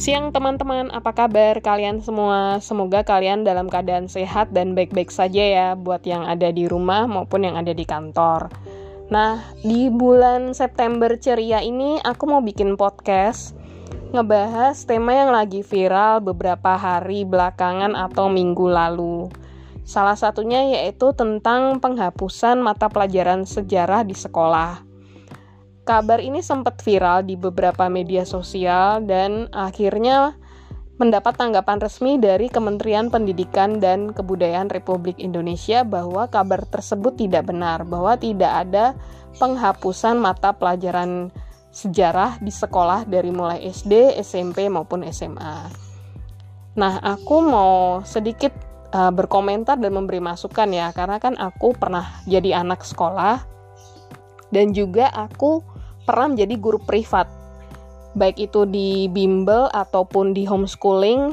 Siang teman-teman, apa kabar kalian semua? Semoga kalian dalam keadaan sehat dan baik-baik saja ya, buat yang ada di rumah maupun yang ada di kantor. Nah, di bulan September ceria ini aku mau bikin podcast ngebahas tema yang lagi viral beberapa hari belakangan atau minggu lalu. Salah satunya yaitu tentang penghapusan mata pelajaran sejarah di sekolah. Kabar ini sempat viral di beberapa media sosial dan akhirnya mendapat tanggapan resmi dari Kementerian Pendidikan dan Kebudayaan Republik Indonesia bahwa kabar tersebut tidak benar, bahwa tidak ada penghapusan mata pelajaran sejarah di sekolah dari mulai SD, SMP maupun SMA. Nah, aku mau sedikit berkomentar dan memberi masukan ya, karena kan aku pernah jadi anak sekolah dan juga aku pernah menjadi guru privat, baik itu di bimbel ataupun di homeschooling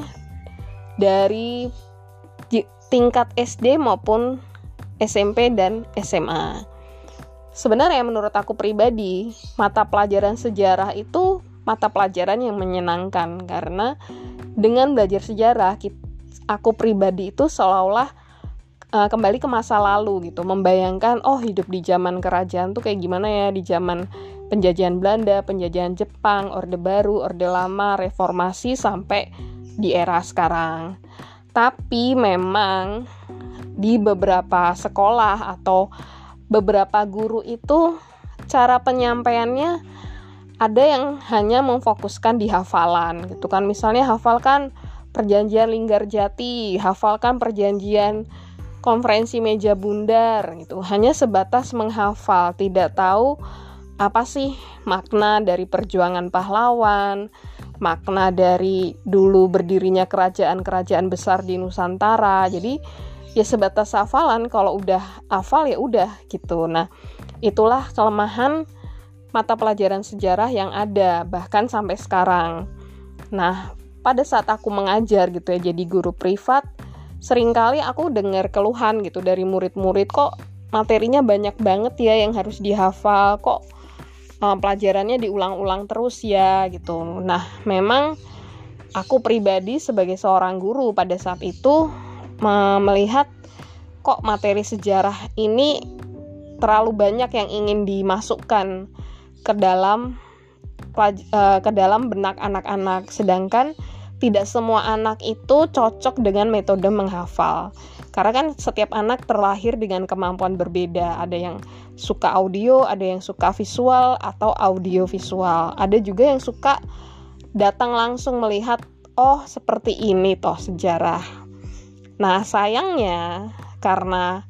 dari tingkat SD maupun SMP dan SMA. Sebenarnya menurut aku pribadi, mata pelajaran sejarah itu mata pelajaran yang menyenangkan, karena dengan belajar sejarah, aku pribadi itu seolah-olah kembali ke masa lalu gitu, membayangkan hidup di zaman kerajaan tuh kayak gimana ya, di zaman penjajahan Belanda, penjajahan Jepang, Orde Baru, Orde Lama, Reformasi sampai di era sekarang. Tapi memang di beberapa sekolah atau beberapa guru itu cara penyampaiannya ada yang hanya memfokuskan di hafalan gitu kan. Misalnya hafalkan perjanjian Linggarjati, hafalkan perjanjian konferensi meja bundar gitu, hanya sebatas menghafal, tidak tahu apa sih makna dari perjuangan pahlawan, makna dari dulu berdirinya kerajaan-kerajaan besar di Nusantara. Jadi ya sebatas hafalan, kalau udah hafal ya udah gitu. Nah, itulah kelemahan mata pelajaran sejarah yang ada bahkan sampai sekarang. Nah, pada saat aku mengajar gitu ya, jadi guru privat, seringkali aku dengar keluhan gitu dari murid-murid, kok materinya banyak banget ya yang harus dihafal, kok pelajarannya diulang-ulang terus ya gitu. Nah, memang aku pribadi sebagai seorang guru pada saat itu melihat kok materi sejarah ini terlalu banyak yang ingin dimasukkan ke dalam benak anak-anak, sedangkan tidak semua anak itu cocok dengan metode menghafal. Karena kan setiap anak terlahir dengan kemampuan berbeda. Ada yang suka audio, ada yang suka visual atau audio visual. Ada juga yang suka datang langsung melihat, seperti ini toh sejarah. Nah, sayangnya karena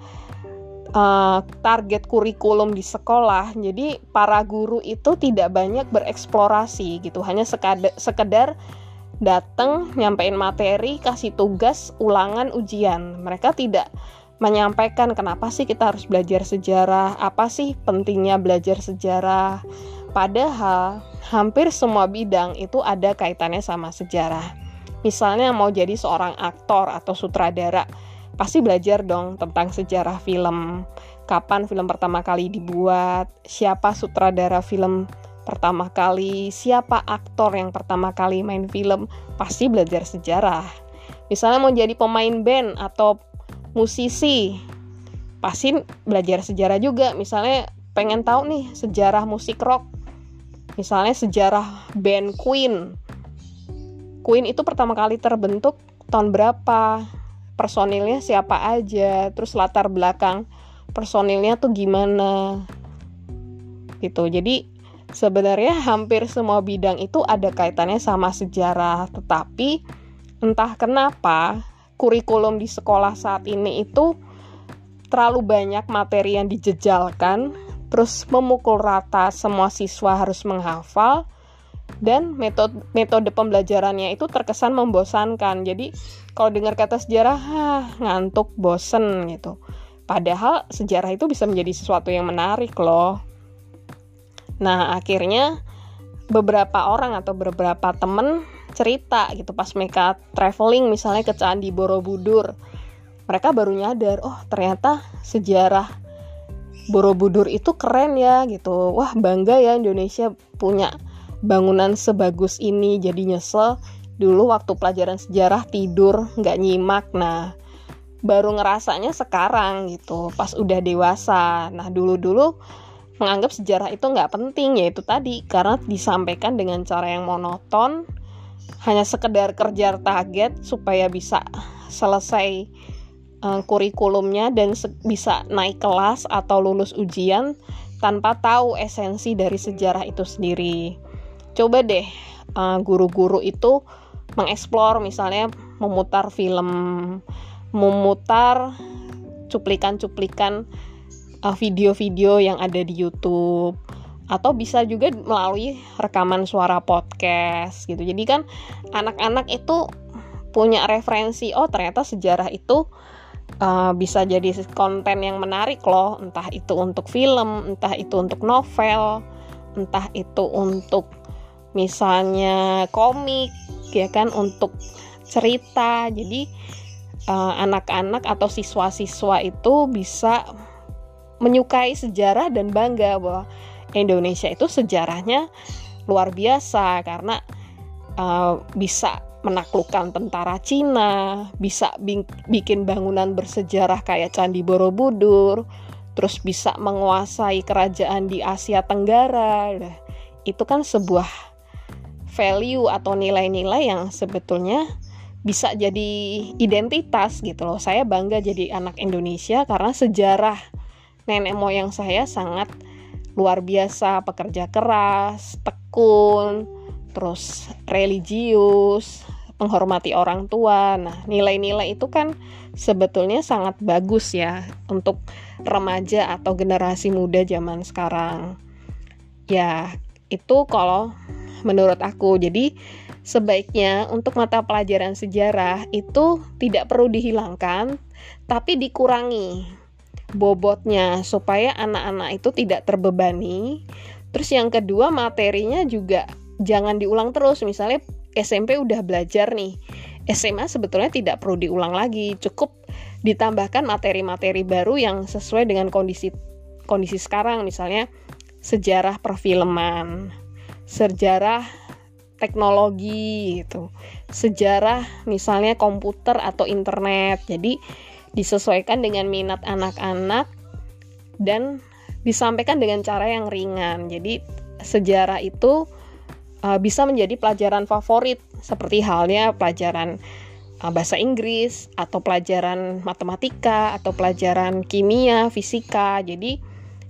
target kurikulum di sekolah, jadi para guru itu tidak banyak bereksplorasi gitu. Hanya sekedar datang, nyampein materi, kasih tugas, ulangan, ujian. Mereka tidak menyampaikan kenapa sih kita harus belajar sejarah, apa sih pentingnya belajar sejarah. Padahal hampir semua bidang itu ada kaitannya sama sejarah. Misalnya mau jadi seorang aktor atau sutradara, pasti belajar dong tentang sejarah film. Kapan film pertama kali dibuat, siapa sutradara film pertama kali, siapa aktor yang pertama kali main film, pasti belajar sejarah. Misalnya mau jadi pemain band atau musisi, pasti belajar sejarah juga. Misalnya pengen tahu nih sejarah musik rock, misalnya sejarah band Queen. Queen itu pertama kali terbentuk tahun berapa, personilnya siapa aja, terus latar belakang personilnya tuh gimana gitu. Jadi sebenarnya hampir semua bidang itu ada kaitannya sama sejarah, tetapi entah kenapa kurikulum di sekolah saat ini itu terlalu banyak materi yang dijejalkan, terus memukul rata semua siswa harus menghafal, dan metode pembelajarannya itu terkesan membosankan. Jadi kalau dengar kata sejarah, ngantuk, bosen gitu. Padahal sejarah itu bisa menjadi sesuatu yang menarik loh. Nah, akhirnya beberapa orang atau beberapa temen cerita gitu pas mereka traveling misalnya ke Candi Borobudur. Mereka baru nyadar, ternyata sejarah Borobudur itu keren ya gitu. Wah, bangga ya Indonesia punya bangunan sebagus ini. Jadi nyesel Dulu waktu pelajaran sejarah tidur, nggak nyimak. Nah, baru ngerasanya sekarang gitu, pas udah dewasa. Nah, dulu menganggap sejarah itu nggak penting, yaitu tadi karena disampaikan dengan cara yang monoton, hanya sekedar kejar target supaya bisa selesai kurikulumnya dan bisa naik kelas atau lulus ujian tanpa tahu esensi dari sejarah itu sendiri. Coba deh guru-guru itu mengeksplor, misalnya memutar film, memutar cuplikan-cuplikan video-video yang ada di YouTube, atau bisa juga melalui rekaman suara podcast gitu. Jadi kan anak-anak itu punya referensi, oh ternyata sejarah itu bisa jadi konten yang menarik loh, entah itu untuk film, entah itu untuk novel, entah itu untuk misalnya komik, ya kan, untuk cerita. Jadi anak-anak atau siswa-siswa itu bisa menyukai sejarah dan bangga bahwa Indonesia itu sejarahnya luar biasa karena bisa menaklukkan tentara Cina, bisa bikin bangunan bersejarah kayak Candi Borobudur, terus bisa menguasai kerajaan di Asia Tenggara. Nah, itu kan sebuah value atau nilai-nilai yang sebetulnya bisa jadi identitas gitu loh. Saya bangga jadi anak Indonesia karena sejarah nenek moyang saya sangat luar biasa, pekerja keras, tekun, terus religius, menghormati orang tua. Nah, nilai-nilai itu kan sebetulnya sangat bagus ya untuk remaja atau generasi muda zaman sekarang. Ya, itu kalau menurut aku. Jadi, sebaiknya untuk mata pelajaran sejarah itu tidak perlu dihilangkan, tapi dikurangi bobotnya supaya anak-anak itu tidak terbebani. Terus yang kedua, materinya juga jangan diulang terus. Misalnya SMP udah belajar nih, SMA sebetulnya tidak perlu diulang lagi, cukup ditambahkan materi-materi baru yang sesuai dengan kondisi sekarang. Misalnya sejarah perfilman, sejarah teknologi gitu, sejarah misalnya komputer atau internet. Jadi disesuaikan dengan minat anak-anak dan disampaikan dengan cara yang ringan. Jadi sejarah itu bisa menjadi pelajaran favorit, seperti halnya pelajaran bahasa Inggris atau pelajaran matematika atau pelajaran kimia, fisika. Jadi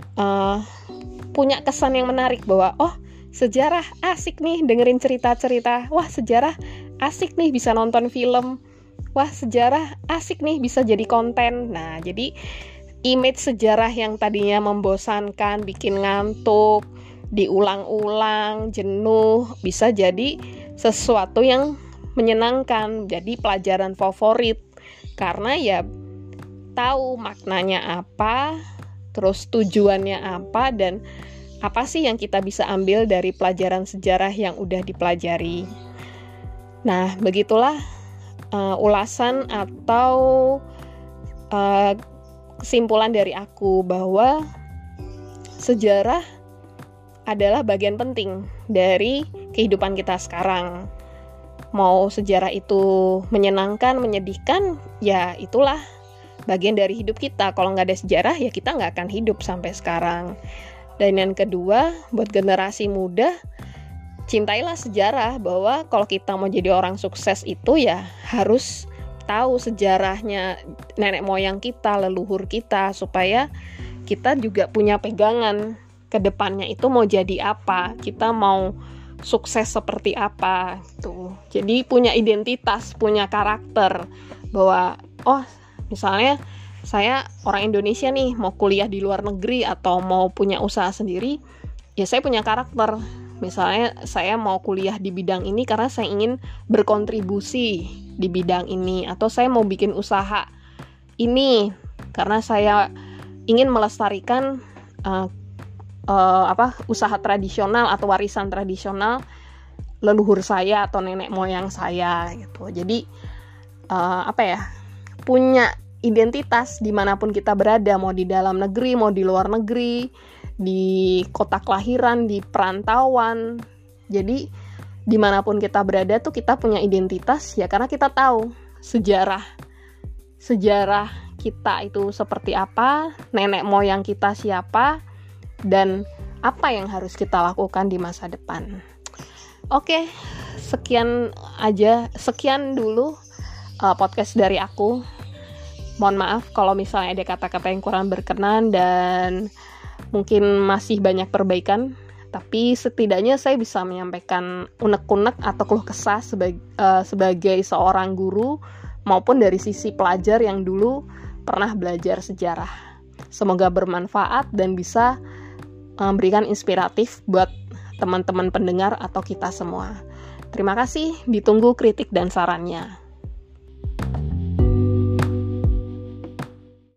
punya kesan yang menarik bahwa oh, sejarah asik nih dengerin cerita-cerita, wah sejarah asik nih bisa nonton film, wah sejarah asik nih bisa jadi konten. Nah, jadi image sejarah yang tadinya membosankan, bikin ngantuk, diulang-ulang, jenuh, bisa jadi sesuatu yang menyenangkan, jadi pelajaran favorit. Karena ya tahu maknanya apa, terus tujuannya apa, dan apa sih yang kita bisa ambil dari pelajaran sejarah yang udah dipelajari. Nah, begitulah ulasan atau kesimpulan dari aku bahwa sejarah adalah bagian penting dari kehidupan kita sekarang. Mau sejarah itu menyenangkan, menyedihkan, ya itulah bagian dari hidup kita. Kalau nggak ada sejarah, ya kita nggak akan hidup sampai sekarang. Dan yang kedua, buat generasi muda, cintailah sejarah, bahwa kalau kita mau jadi orang sukses itu ya harus tahu sejarahnya nenek moyang kita, leluhur kita, supaya kita juga punya pegangan ke depannya itu mau jadi apa, kita mau sukses seperti apa gitu. Jadi punya identitas, punya karakter, bahwa oh misalnya saya orang Indonesia nih mau kuliah di luar negeri atau mau punya usaha sendiri, ya saya punya karakter. Misalnya saya mau kuliah di bidang ini karena saya ingin berkontribusi di bidang ini, atau saya mau bikin usaha ini karena saya ingin melestarikan usaha tradisional atau warisan tradisional leluhur saya atau nenek moyang saya gitu. Jadi punya identitas dimanapun kita berada, mau di dalam negeri, mau di luar negeri, di kota kelahiran, di perantauan. Jadi dimanapun kita berada tuh kita punya identitas ya, karena kita tahu sejarah kita itu seperti apa, nenek moyang kita siapa, dan apa yang harus kita lakukan di masa depan. Oke, sekian dulu podcast dari aku. Mohon maaf kalau misalnya ada kata-kata yang kurang berkenan dan mungkin masih banyak perbaikan, tapi setidaknya saya bisa menyampaikan unek-unek atau keluh kesah sebagai seorang guru maupun dari sisi pelajar yang dulu pernah belajar sejarah. Semoga bermanfaat dan bisa memberikan inspiratif buat teman-teman pendengar atau kita semua. Terima kasih, ditunggu kritik dan sarannya.